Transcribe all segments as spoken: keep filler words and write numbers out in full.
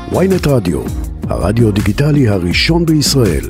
וויינט רדיו, הרדיו דיגיטלי הראשון בישראל.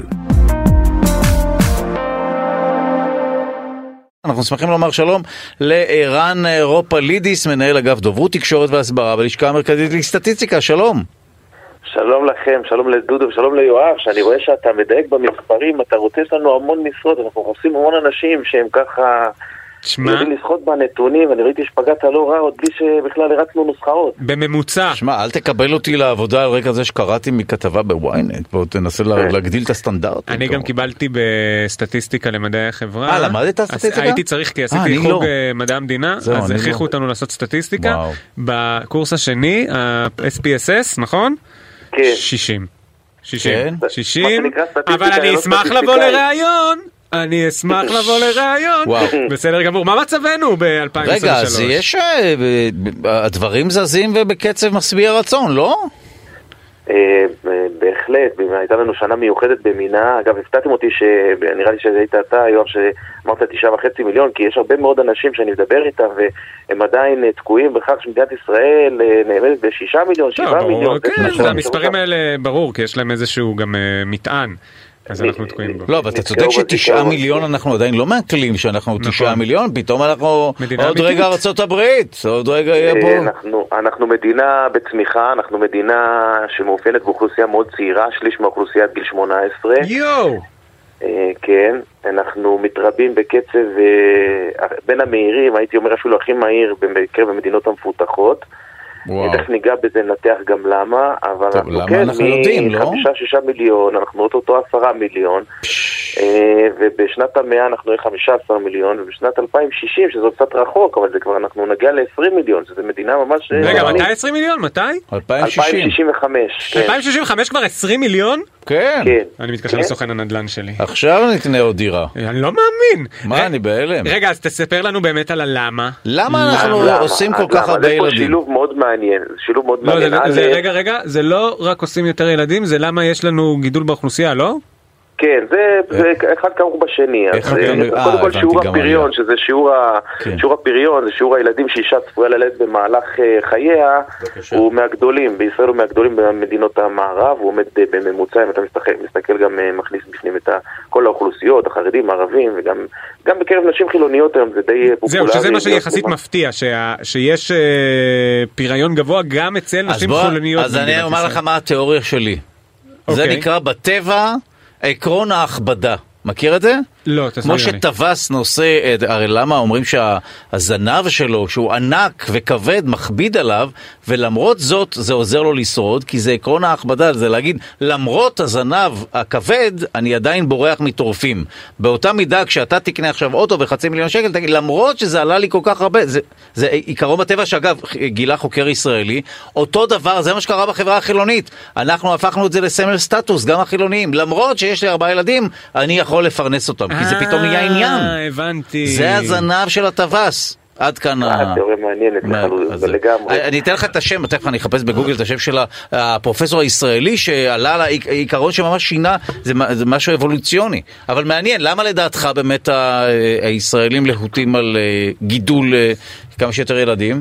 אנחנו שמחים לומר שלום לערן רופלידיס, מנהל אגף דוברות תקשורת והסברה בלשכה המרכזית לסטטיסטיקה. שלום. שלום לכם, שלום לדודו ושלום ליואב, שאני רואה שאתה מדייק במספרים, אתה רוצה, יש לנו המון משרות, אנחנו עושים המון אנשים שהם ככה יודעים לשחות בנתונים, ואני ראיתי שפגעת לא רע עוד בלי שבכלל הרצנו נוסחאות. בממוצע. שמע, אל תקבל אותי לעבודה על רקע זה שקראתי מכתבה בוויינט, בוא תנסה להגדיל את הסטנדרט. אני גם קיבלתי בסטטיסטיקה למדעי החברה. אה, למדת סטטיסטיקה? הייתי צריך, כי עשיתי חוג מדעי המדינה, אז הכריחו אותנו לעשות סטטיסטיקה. בקורס השני, ה-אס פי אס אס, נכון? כן. שישים. שישים. שישים. אבל אני אשמח לבוא לראיון. אני אשמח לבוא לראיון. בסדר גמור. מה מצבנו ב-אלפיים עשרים ושלוש? רגע, אז יש... הדברים זזים ובקצב משביע רצון, לא? בהחלט, הייתה לנו שנה מיוחדת במינה. אגב, הפתעתם אותי שנראה לי שזה היית אתה, יואב, שאמרת תשעה וחצי מיליון, כי יש הרבה מאוד אנשים שאני מדבר איתם והם עדיין תקועים בכך שמדינת ישראל נעמדת בשישה מיליון, שבעה מיליון. כן, המספרים האלה ברור, כי יש להם איזשהו גם מטען. אז אנחנו תקועים בו. לא, אבל אתה צודק שתשעה מיליון אנחנו עדיין לא מעכלים שאנחנו תשעה מיליון, פתאום אנחנו עוד רגע ארצות הברית, עוד רגע יהיה פה. אנחנו מדינה בצמיחה, אנחנו מדינה שמאופיינת באוכלוסייה מאוד צעירה, שליש מהאוכלוסיית גיל שמונה עשרה. יואו! כן, אנחנו מתרבים בקצב בין המהירים, הייתי אומר אפילו הכי מהיר בקרב המדינות המפותחות. איך ניגע בזה, נתח גם למה, אבל טוב, אנחנו למה כן, אנחנו יודעים, לא? מחמישה, שישה מיליון, אנחנו עוד אותו עשרה מיליון, ובשנת המאה אנחנו נהיה חמישה עשר מיליון, ובשנת אלפיים ושישים, שזה קצת רחוק, אבל זה כבר אנחנו נגיע ל-עשרים מיליון, שזה מדינה ממש... רגע, מתי עשרים מיליון? מתי? אלפיים שישים וחמש. אלפיים שישים וחמש כבר עשרים מיליון? כן. אני מתקשר לסוכן הנדל"ן שלי. עכשיו נקנה עוד דירה. אני לא מאמין. מה, אני בהלם. רגע, אז תספר לנו באמת על הלמה. למה אנחנו עושים כל כך הרבה ילדים? זה שילוב מאוד מעניין. שילוב מאוד מעניין. רגע, רגע, זה לא רק עושים יותר ילדים, זה למה יש לנו גידול באוכלוסייה, לא? כן, זה אחד כרוך בשני. קודם כל שיעור הפריון, שזה שיעור הפריון, זה שיעור הילדים שאישה צפויה ללדת במהלך חייה, הוא מהגדולים, בישראל הוא מהגדולים במדינות המערב, הוא עומד בממוצע, אם אתה מסתכל גם מכניס בפנים את כל האוכלוסיות, החרדים, הערבים, וגם בקרב נשים חילוניות היום זה די פופולרי. זהו, שזה מה שיחסית מפתיע, שיש פריון גבוה גם אצל נשים חילוניות. אז אני אומר לך מה התיאוריה שלי. זה נקרא בטבע עקרון ההכבדה. מכיר את זה? לא, תסביר כמו לי. שטווס נושא, הרי למה אומרים שהזנב שלו, שהוא ענק וכבד, מכביד עליו, ולמרות זאת זה עוזר לו לשרוד, כי זה עקרון ההכבדה, זה להגיד, למרות הזנב הכבד, אני עדיין בורח מטורפים. באותה מידה, כשאתה תקנה עכשיו אוטו בחצי מיליון שקל, תגיד, למרות שזה עלה לי כל כך הרבה, זה, זה עיקרון בטבע שאגב, גילה חוקר ישראלי, אותו דבר, זה מה שקרה בחברה החילונית. אנחנו הפכנו את זה לסמל סטטוס, גם החילוניים. למרות שיש לי ארבעה ילדים, אני יכול לפרנס אותם, כי זה פתאום נהיה עניין. הבנתי. זה הזנב של הטווס. עד כאן התיאוריה מעניינת לגמרי. אני אתן לך את השם, תכף אני אחפש בגוגל את השם של הפרופסור הישראלי שעלה על העיקרון שממש שינה, זה משהו אבולוציוני. אבל מעניין, למה לדעתך באמת הישראלים להוטים על גידול כמה שיותר ילדים?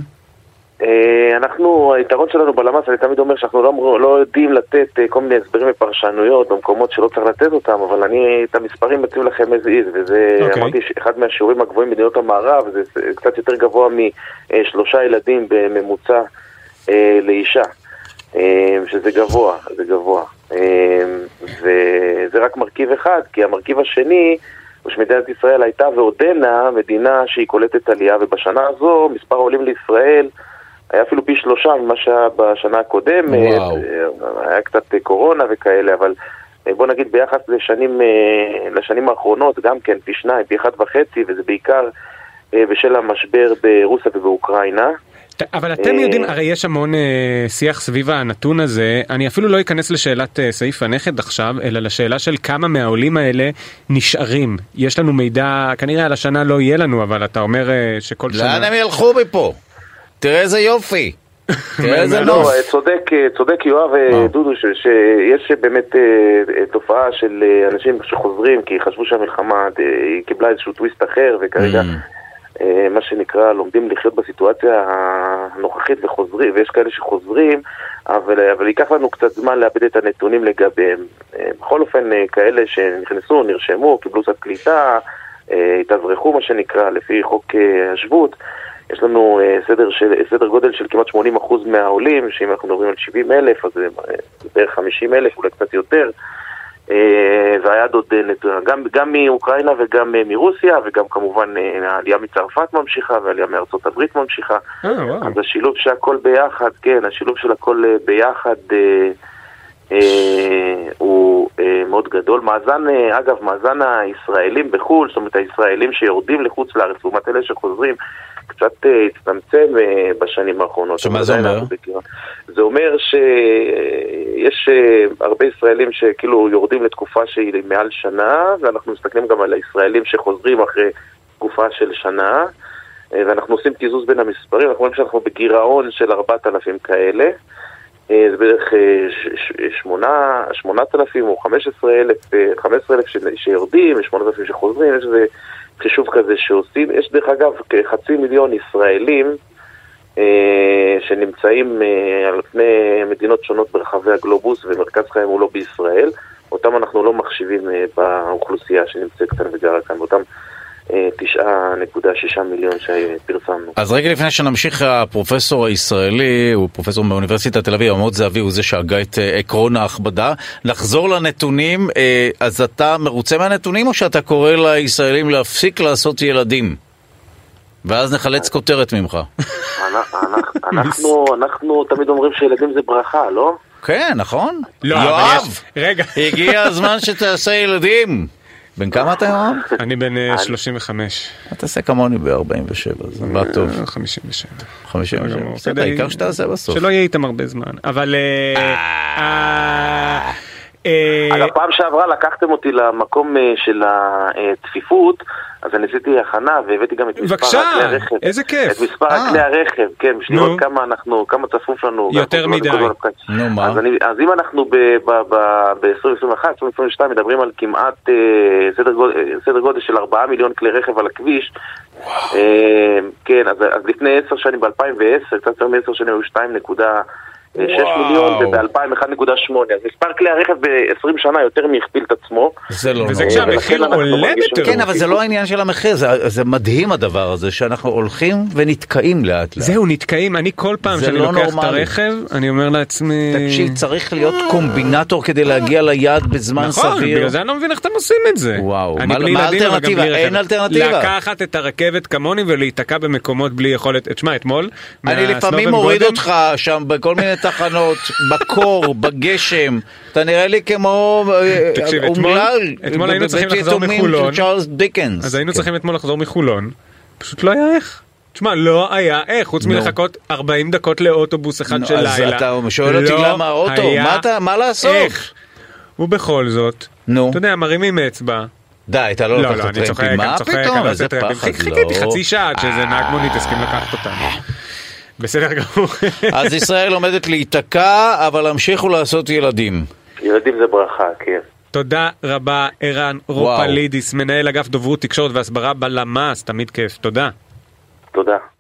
אנחנו, היתרון שלנו בלמ"ס, אני תמיד אומר שאנחנו לא, לא יודעים לתת כל מיני הסברים ופרשנויות במקומות שלא צריך לתת אותם, אבל אני את המספרים מציב לכם איזה איז, וזה okay. אמרתי שאחד מהשיעורים הגבוהים במדינות המערב, זה קצת יותר גבוה משלושה ילדים בממוצע אה, לאישה, אה, שזה גבוה, זה גבוה. אה, וזה רק מרכיב אחד, כי המרכיב השני, שמדינת ישראל הייתה ועודנה מדינה שהיא קולטת עלייה, ובשנה הזו מספר העולים לישראל היה אפילו פי שלושה ממה שהיה בשנה הקודמת, היה קצת קורונה וכאלה, אבל בוא נגיד ביחס לשנים, לשנים האחרונות גם כן פי שניים, פי אחד וחצי, וזה בעיקר בשל המשבר ברוסיה ובאוקראינה. אבל אתם יודעים, הרי יש המון שיח סביב הנתון הזה, אני אפילו לא אכנס לשאלת סעיף הנכד עכשיו, אלא לשאלה של כמה מהעולים האלה נשארים. יש לנו מידע, כנראה על השנה לא יהיה לנו, אבל אתה אומר שכל שנה... לאן הם ילכו מפה? תראה איזה יופי. תראה איזה נוף. צודק, צודק יואב דודו, שיש באמת תופעה של אנשים שחוזרים, כי חשבו שהמלחמה היא קיבלה איזשהו טוויסט אחר, וכרגע מה שנקרא לומדים לחיות בסיטואציה הנוכחית וחוזרים, ויש כאלה שחוזרים, אבל, אבל ייקח לנו קצת זמן לאבד את הנתונים לגביהם. בכל אופן, כאלה שנכנסו, נרשמו, קיבלו קצת קליטה, התאזרחו מה שנקרא, לפי חוק השבות, יש לנו סדר, של, סדר גודל של כמעט שמונים אחוז מהעולים, שאם אנחנו מדברים על שבעים אלף, אז זה בערך חמישים אלף, אולי קצת יותר, והיד עוד גם, גם מאוקראינה וגם מרוסיה, וגם כמובן העלייה מצרפת ממשיכה, והעלייה מארצות הברית ממשיכה. אה, וואו. אז השילוב שהכל ביחד, כן, השילוב של הכל ביחד אה, אה, הוא אה, מאוד גדול. מאזן, אה, אגב, מאזן הישראלים בחו"ל, זאת אומרת הישראלים שיורדים לחוץ לארץ, לעומת אלה שחוזרים, קצת הצטמצם בשנים האחרונות. שמה זה אומר? זה אומר שיש הרבה ישראלים שכאילו יורדים לתקופה שהיא מעל שנה, ואנחנו מסתכלים גם על הישראלים שחוזרים אחרי תקופה של שנה, ואנחנו עושים קיזוז בין המספרים, אנחנו רואים שאנחנו בגירעון של ארבעת אלפים כאלה, זה בערך שמונת אלפים או חמישה עשר אלף שיורדים, שמונת אלפים שחוזרים, יש איזה חישוב כזה שעושים. יש דרך אגב כחצי מיליון ישראלים אה, שנמצאים אה, על פני מדינות שונות ברחבי הגלובוס, ומרכז חיים הוא לא בישראל. אותם אנחנו לא מחשיבים אה, באוכלוסייה שנמצאת כאן וגרה כאן, אותם תשעה נקודה שישה מיליון שפרסמנו. אז רגע לפני שנמשיך, הפרופסור הישראלי, הוא פרופסור מאוניברסיטת תל אביב, עמוד זהבי, הוא זה שהגה את עקרון ההכבדה. נחזור לנתונים, אז אתה מרוצה מהנתונים או שאתה קורא לישראלים להפסיק לעשות ילדים? ואז נחלץ כותרת ממך. אנחנו תמיד אומרים שילדים זה ברכה, לא? כן, נכון. יואב, רגע. הגיע הזמן שתעשה ילדים. בן כמה אתה יואב? אני בן שלושים וחמש. אתה תעשה כמוני ב-ארבעים ושבע, זה בא טוב. חמישים ושבע. חמישים ושבע. בסדר, העיקר שתעשה בסוף. שלא יהיה איתם הרבה זמן. אבל... אגב, פעם שעברה לקחתם אותי למקום של התפיפות, אז אני עשיתי הכנה והבאתי גם את מספר כלי הרכב. איזה כיף. את מספר כלי הרכב, כן, בשביל לראות כמה אנחנו, כמה צפוף לנו. יותר מדי. נו, מה? אז אם אנחנו ב-עשרים עשרים ואחת, עשרים עשרים ושתיים מדברים על כמעט סדר גודל של ארבעה מיליון כלי רכב על הכביש, כן, אז לפני עשר שנים, ב-אלפיים ועשר, קצת יותר מ-עשר שנים, היו שתיים נקודה שש מיליון, וב-אלפיים אחד נקודה שמונה. אז מספר כלי הרכב ב-עשרים שנה יותר מהכפיל את עצמו. זה לא נורא. וזה כשהמחיר עולה בטירוף. כן, אבל זה לא העניין של המחיר, זה מדהים הדבר הזה, שאנחנו הולכים ונתקעים לאט לאט. זהו, נתקעים. אני כל פעם שאני לוקח את הרכב, אני אומר לעצמי... תקשיב, צריך להיות קומבינטור כדי להגיע ליעד בזמן סביר. נכון, בגלל זה אני לא מבין איך אתם עושים את זה. וואו, מה האלטרנטיבה? אין אלטרנטיבה. לקחת את הרכבת כמוני ולהיתקע במקומות בלי יכולת. תשמע, אתמול... אני לפעמים מוריד אותך שם בכל מיני תחנות, בקור, בגשם, אתה נראה לי כמו אומלל, אתמול היינו צריכים לחזור מחולון, דיקנס. אז היינו צריכים אתמול לחזור מחולון, פשוט לא היה איך. תשמע, לא היה איך, חוץ מלחכות ארבעים דקות לאוטובוס אחד של לילה. אז אתה שואל אותי למה האוטו, מה לעשות? ובכל זאת, אתה יודע, מרימים אצבע. די, אתה לא לקחת טרמפים. טרמפים, מה פתאום? איזה פחד. חיכיתי חצי שעה עד שזה נהג מונית הסכים לקחת אותנו. בסדר גמור. אז ישראל עומדת להיתקע, אבל המשיכו לעשות ילדים. ילדים זה ברכה, כן. תודה רבה, ערן רופלידיס, מנהל אגף דוברות תקשורת והסברה בלמ"ס, תמיד כיף. תודה. תודה.